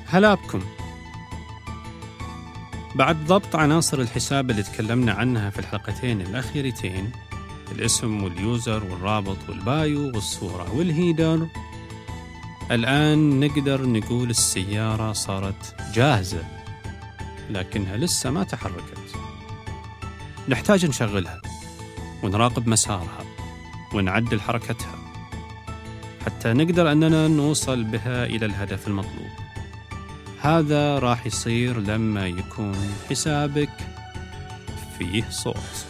هلا بكم. بعد ضبط عناصر الحساب اللي تكلمنا عنها في الحلقتين الأخيرتين، الاسم واليوزر والرابط والبايو والصورة والهيدر، الآن نقدر نقول السيارة صارت جاهزة، لكنها لسه ما تحركت. نحتاج نشغلها ونراقب مسارها ونعدل حركتها حتى نقدر أننا نوصل بها إلى الهدف المطلوب. هذا راح يصير لما يكون حسابك فيه صوت.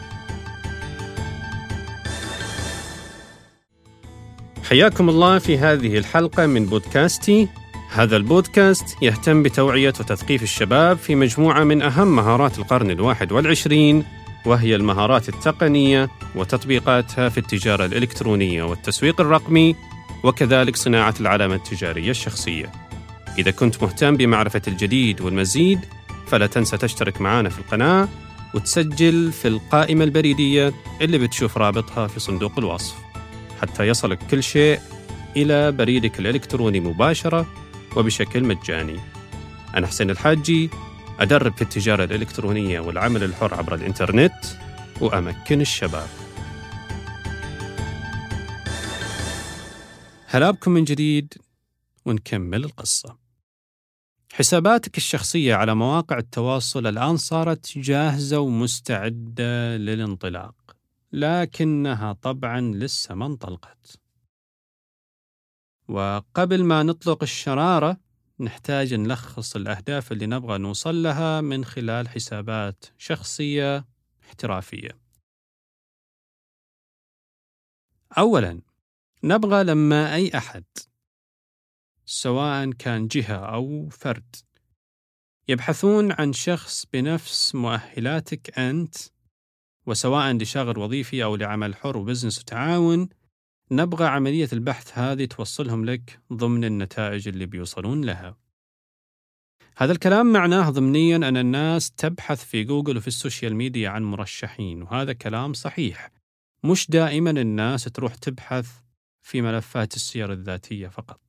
حياكم الله في هذه الحلقة من بودكاستي. هذا البودكاست يهتم بتوعية وتثقيف الشباب في مجموعة من أهم مهارات القرن 21، وهي المهارات التقنية وتطبيقاتها في التجارة الإلكترونية والتسويق الرقمي، وكذلك صناعة العلامة التجارية الشخصية. إذا كنت مهتم بمعرفة الجديد والمزيد، فلا تنسى تشترك معنا في القناة وتسجل في القائمة البريدية اللي بتشوف رابطها في صندوق الوصف، حتى يصلك كل شيء إلى بريدك الإلكتروني مباشرة وبشكل مجاني. أنا حسين الحاجي، أدرب في التجارة الإلكترونية والعمل الحر عبر الإنترنت، وأمكن الشباب. هلا بكم من جديد، ونكمل القصة. حساباتك الشخصية على مواقع التواصل الآن صارت جاهزة ومستعدة للانطلاق، لكنها طبعاً لسه ما انطلقت. وقبل ما نطلق الشرارة، نحتاج نلخص الأهداف اللي نبغى نوصل لها من خلال حسابات شخصية احترافية. أولاً، نبغى لما أي أحد، سواء كان جهة أو فرد، يبحثون عن شخص بنفس مؤهلاتك أنت، وسواء لشغل وظيفي أو لعمل حر وبزنس وتعاون، نبغى عملية البحث هذه توصلهم لك ضمن النتائج اللي بيوصلون لها. هذا الكلام معناه ضمنياً أن الناس تبحث في جوجل وفي السوشيال ميديا عن مرشحين، وهذا كلام صحيح. مش دائماً الناس تروح تبحث في ملفات السير الذاتية فقط.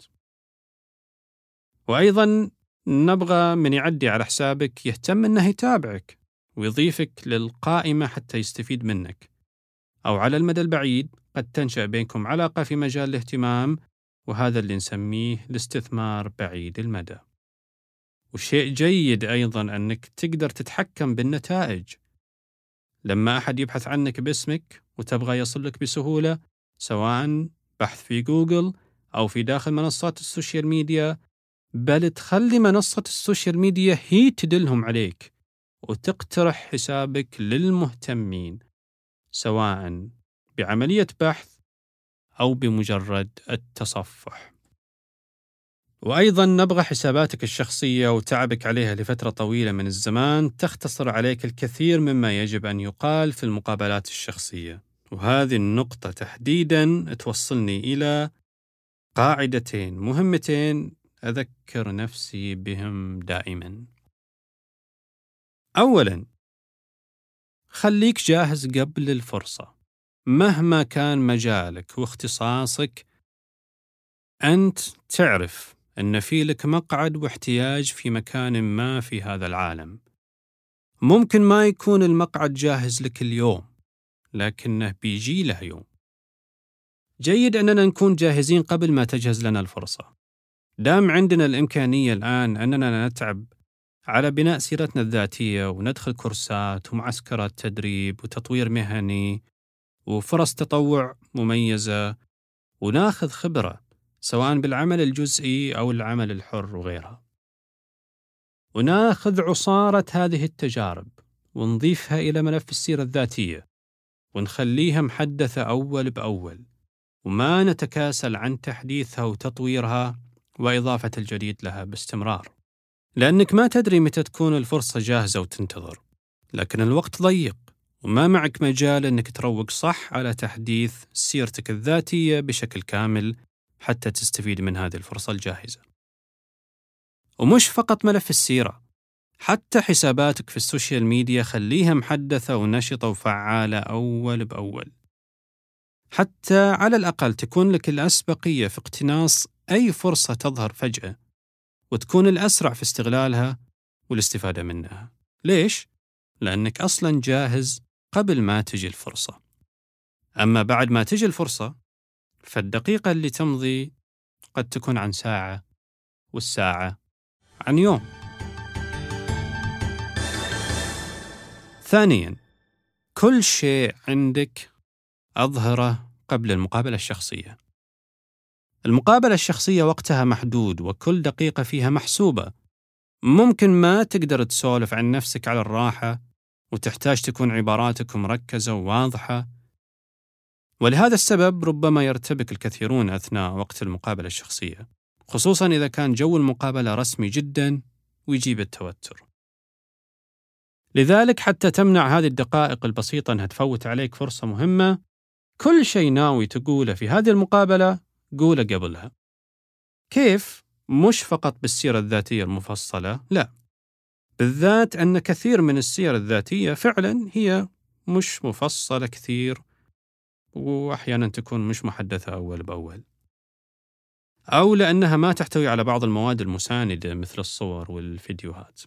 وأيضاً نبغى من يعدي على حسابك يهتم أنه يتابعك ويضيفك للقائمة حتى يستفيد منك، أو على المدى البعيد قد تنشأ بينكم علاقة في مجال الاهتمام، وهذا اللي نسميه الاستثمار بعيد المدى. وشيء جيد أيضاً أنك تقدر تتحكم بالنتائج. لما أحد يبحث عنك باسمك وتبغى يصلك بسهولة، سواء بحث في جوجل أو في داخل منصات السوشيال ميديا، بل تخلي منصة السوشيال ميديا هي تدلهم عليك وتقترح حسابك للمهتمين، سواء بعملية بحث أو بمجرد التصفح. وأيضاً نبغى حساباتك الشخصية وتعبك عليها لفترة طويلة من الزمان تختصر عليك الكثير مما يجب أن يقال في المقابلات الشخصية. وهذه النقطة تحديداً توصلني إلى قاعدتين مهمتين أذكر نفسي بهم دائماً. أولاً، خليك جاهز قبل الفرصة. مهما كان مجالك واختصاصك، أنت تعرف أن في لك مقعد واحتياج في مكان ما في هذا العالم. ممكن ما يكون المقعد جاهز لك اليوم، لكنه بيجي له يوم. جيد أننا نكون جاهزين قبل ما تجهز لنا الفرصة. دام عندنا الإمكانية الآن أننا نتعب على بناء سيرتنا الذاتية وندخل كورسات ومعسكرات تدريب وتطوير مهني وفرص تطوع مميزة، وناخذ خبرة سواء بالعمل الجزئي أو العمل الحر وغيرها، وناخذ عصارة هذه التجارب ونضيفها إلى ملف السيرة الذاتية ونخليها محدثة أول بأول، وما نتكاسل عن تحديثها وتطويرها وإضافة الجديد لها باستمرار. لأنك ما تدري متى تكون الفرصة جاهزة وتنتظر، لكن الوقت ضيق وما معك مجال أنك تروق صح على تحديث سيرتك الذاتية بشكل كامل حتى تستفيد من هذه الفرصة الجاهزة. ومش فقط ملف السيرة، حتى حساباتك في السوشيال ميديا خليها محدثة ونشطة وفعالة أول بأول، حتى على الأقل تكون لك الأسبقية في اقتناص أي فرصة تظهر فجأة، وتكون الأسرع في استغلالها والاستفادة منها. ليش؟ لأنك أصلاً جاهز قبل ما تجي الفرصة. أما بعد ما تجي الفرصة، فالدقيقة اللي تمضي قد تكون عن ساعة، والساعة عن يوم. ثانياً، كل شيء عندك أظهره قبل المقابلة الشخصية. المقابلة الشخصية وقتها محدود، وكل دقيقة فيها محسوبة. ممكن ما تقدر تسولف عن نفسك على الراحة، وتحتاج تكون عباراتك مركزة وواضحة. ولهذا السبب ربما يرتبك الكثيرون أثناء وقت المقابلة الشخصية، خصوصاً إذا كان جو المقابلة رسمي جداً ويجيب التوتر. لذلك حتى تمنع هذه الدقائق البسيطة أنها تفوت عليك فرصة مهمة، كل شيء ناوي تقوله في هذه المقابلة قوله قبلها. كيف؟ مش فقط بالسيرة الذاتية المفصلة، لا، بالذات أن كثير من السير الذاتية فعلا هي مش مفصلة كثير، وأحيانا تكون مش محدثة أول بأول، أو لأنها ما تحتوي على بعض المواد المساندة مثل الصور والفيديوهات.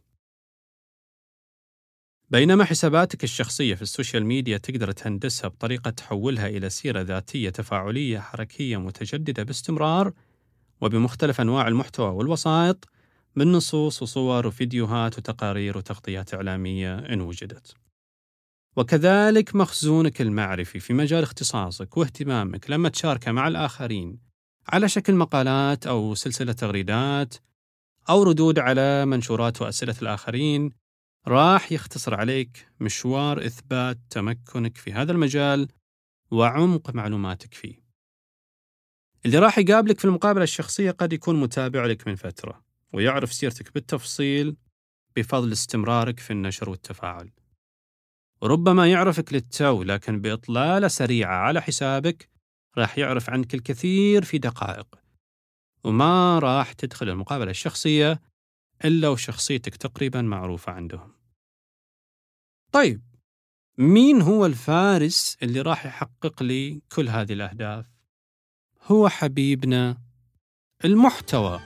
بينما حساباتك الشخصية في السوشيال ميديا تقدر تهندسها بطريقة تحولها إلى سيرة ذاتية تفاعلية حركية متجددة باستمرار، وبمختلف أنواع المحتوى والوسائط من نصوص وصور وفيديوهات وتقارير وتغطيات إعلامية إن وجدت. وكذلك مخزونك المعرفي في مجال اختصاصك واهتمامك لما تشاركه مع الآخرين على شكل مقالات أو سلسلة تغريدات أو ردود على منشورات وأسئلة الآخرين، راح يختصر عليك مشوار إثبات تمكنك في هذا المجال وعمق معلوماتك فيه. اللي راح يقابلك في المقابلة الشخصية قد يكون متابع لك من فترة ويعرف سيرتك بالتفصيل بفضل استمرارك في النشر والتفاعل. وربما يعرفك للتو، لكن بإطلالة سريعة على حسابك راح يعرف عنك الكثير في دقائق، وما راح تدخل المقابلة الشخصية إلا وشخصيتك تقريبا معروفة عندهم. طيب، مين هو الفارس اللي راح يحقق لي كل هذه الأهداف؟ هو حبيبنا المحتوى.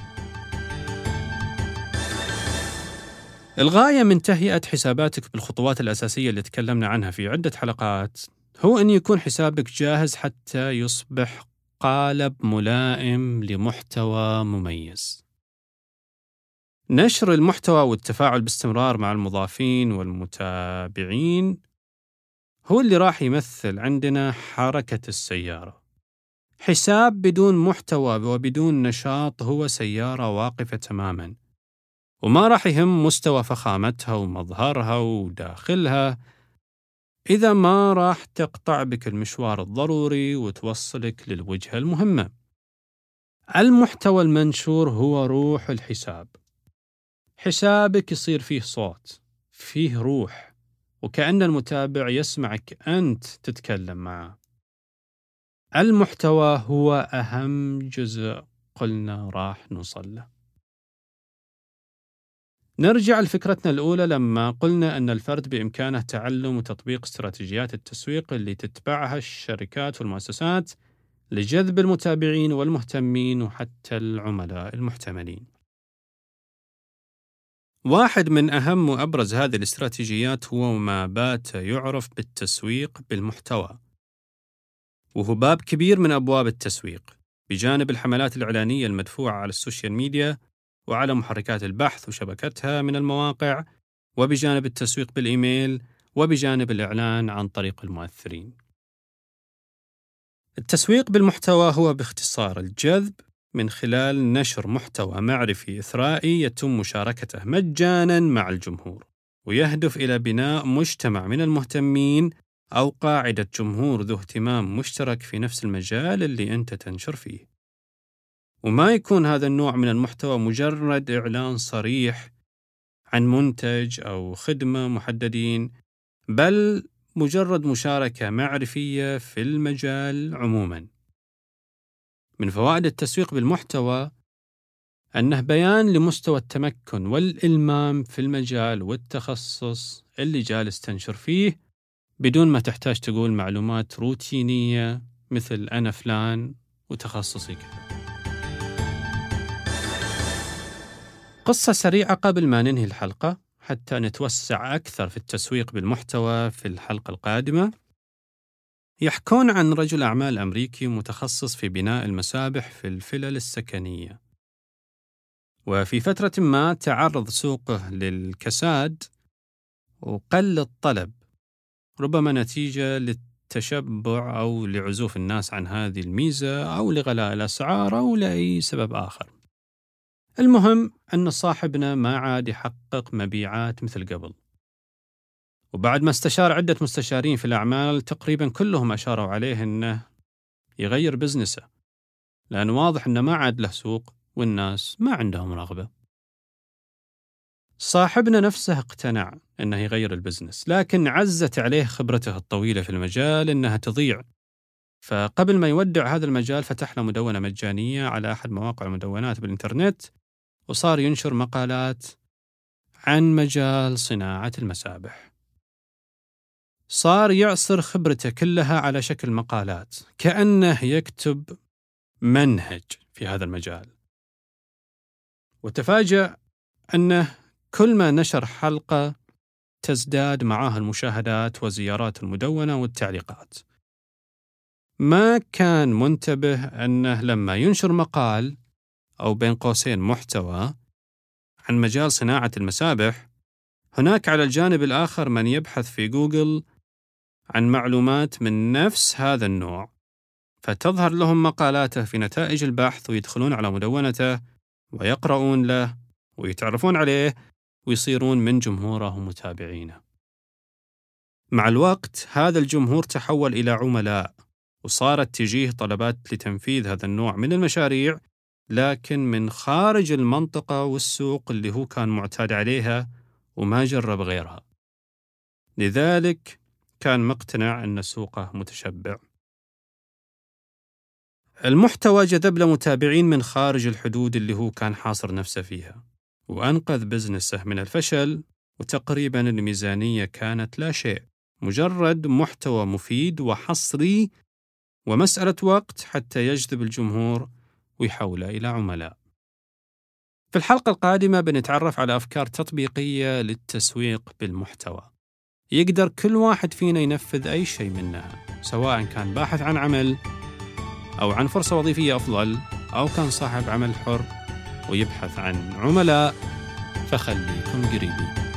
الغاية من تهيئة حساباتك بالخطوات الأساسية اللي تكلمنا عنها في عدة حلقات هو أن يكون حسابك جاهز حتى يصبح قالب ملائم لمحتوى مميز. نشر المحتوى والتفاعل باستمرار مع المضافين والمتابعين هو اللي راح يمثل عندنا حركة السيارة. حساب بدون محتوى وبدون نشاط هو سيارة واقفة تماماً، وما راح يهم مستوى فخامتها ومظهرها وداخلها إذا ما راح تقطع بك المشوار الضروري وتوصلك للوجهة المهمة. المحتوى المنشور هو روح الحساب. حسابك يصير فيه صوت، فيه روح، وكأن المتابع يسمعك أنت تتكلم معه. المحتوى هو أهم جزء قلنا راح نوصل له. نرجع لفكرتنا الأولى لما قلنا أن الفرد بإمكانه تعلم وتطبيق استراتيجيات التسويق اللي تتبعها الشركات والمؤسسات لجذب المتابعين والمهتمين وحتى العملاء المحتملين. واحد من أهم وأبرز هذه الاستراتيجيات هو ما بات يعرف بالتسويق بالمحتوى، وهو باب كبير من أبواب التسويق، بجانب الحملات الإعلانية المدفوعة على السوشيال ميديا وعلى محركات البحث وشبكتها من المواقع، وبجانب التسويق بالإيميل، وبجانب الإعلان عن طريق المؤثرين. التسويق بالمحتوى هو باختصار الجذب من خلال نشر محتوى معرفي إثرائي يتم مشاركته مجاناً مع الجمهور، ويهدف إلى بناء مجتمع من المهتمين أو قاعدة جمهور ذو اهتمام مشترك في نفس المجال اللي أنت تنشر فيه. وما يكون هذا النوع من المحتوى مجرد إعلان صريح عن منتج أو خدمة محددين، بل مجرد مشاركة معرفية في المجال عموماً. من فوائد التسويق بالمحتوى أنه بيان لمستوى التمكن والإلمام في المجال والتخصص اللي جالس تنشر فيه، بدون ما تحتاج تقول معلومات روتينية مثل أنا فلان وتخصصي كذا. قصة سريعة قبل ما ننهي الحلقة حتى نتوسع أكثر في التسويق بالمحتوى في الحلقة القادمة. يحكون عن رجل أعمال أمريكي متخصص في بناء المسابح في الفلل السكنية، وفي فترة ما تعرض سوقه للكساد وقل الطلب، ربما نتيجة للتشبع أو لعزوف الناس عن هذه الميزة أو لغلاء الأسعار أو لأي سبب آخر. المهم أن صاحبنا ما عاد يحقق مبيعات مثل قبل، وبعد ما استشار عدة مستشارين في الأعمال تقريبا كلهم أشاروا عليه أنه يغير بزنسه، لأن واضح أنه ما عاد له سوق والناس ما عندهم رغبة. صاحبنا نفسه اقتنع أنه يغير البزنس، لكن عزت عليه خبرته الطويلة في المجال أنها تضيع. فقبل ما يودع هذا المجال فتح له مدونة مجانية على أحد مواقع المدونات بالإنترنت، وصار ينشر مقالات عن مجال صناعة المسابح. صار يعصر خبرته كلها على شكل مقالات، كأنه يكتب منهج في هذا المجال. وتفاجأ أنه كل ما نشر حلقة تزداد معها المشاهدات وزيارات المدونة والتعليقات. ما كان منتبه أنه لما ينشر مقال أو بين قوسين محتوى عن مجال صناعة المسابح، هناك على الجانب الآخر من يبحث في جوجل عن معلومات من نفس هذا النوع، فتظهر لهم مقالاته في نتائج البحث ويدخلون على مدونته ويقرؤون له ويتعرفون عليه ويصيرون من جمهوره ومتابعينه. مع الوقت هذا الجمهور تحول إلى عملاء، وصارت تجيه طلبات لتنفيذ هذا النوع من المشاريع، لكن من خارج المنطقة والسوق اللي هو كان معتاد عليها وما جرب غيرها. لذلك كان مقتنع أن سوقه متشبع. المحتوى جذب له متابعين من خارج الحدود اللي هو كان حاصر نفسه فيها، وأنقذ بزنسه من الفشل، وتقريبا الميزانية كانت لا شيء، مجرد محتوى مفيد وحصري ومسألة وقت حتى يجذب الجمهور ويحوله إلى عملاء. في الحلقة القادمة بنتعرف على أفكار تطبيقية للتسويق بالمحتوى يقدر كل واحد فينا ينفذ أي شيء منها، سواء كان باحث عن عمل أو عن فرصة وظيفية أفضل، أو كان صاحب عمل حر ويبحث عن عملاء. فخليكم قريبين.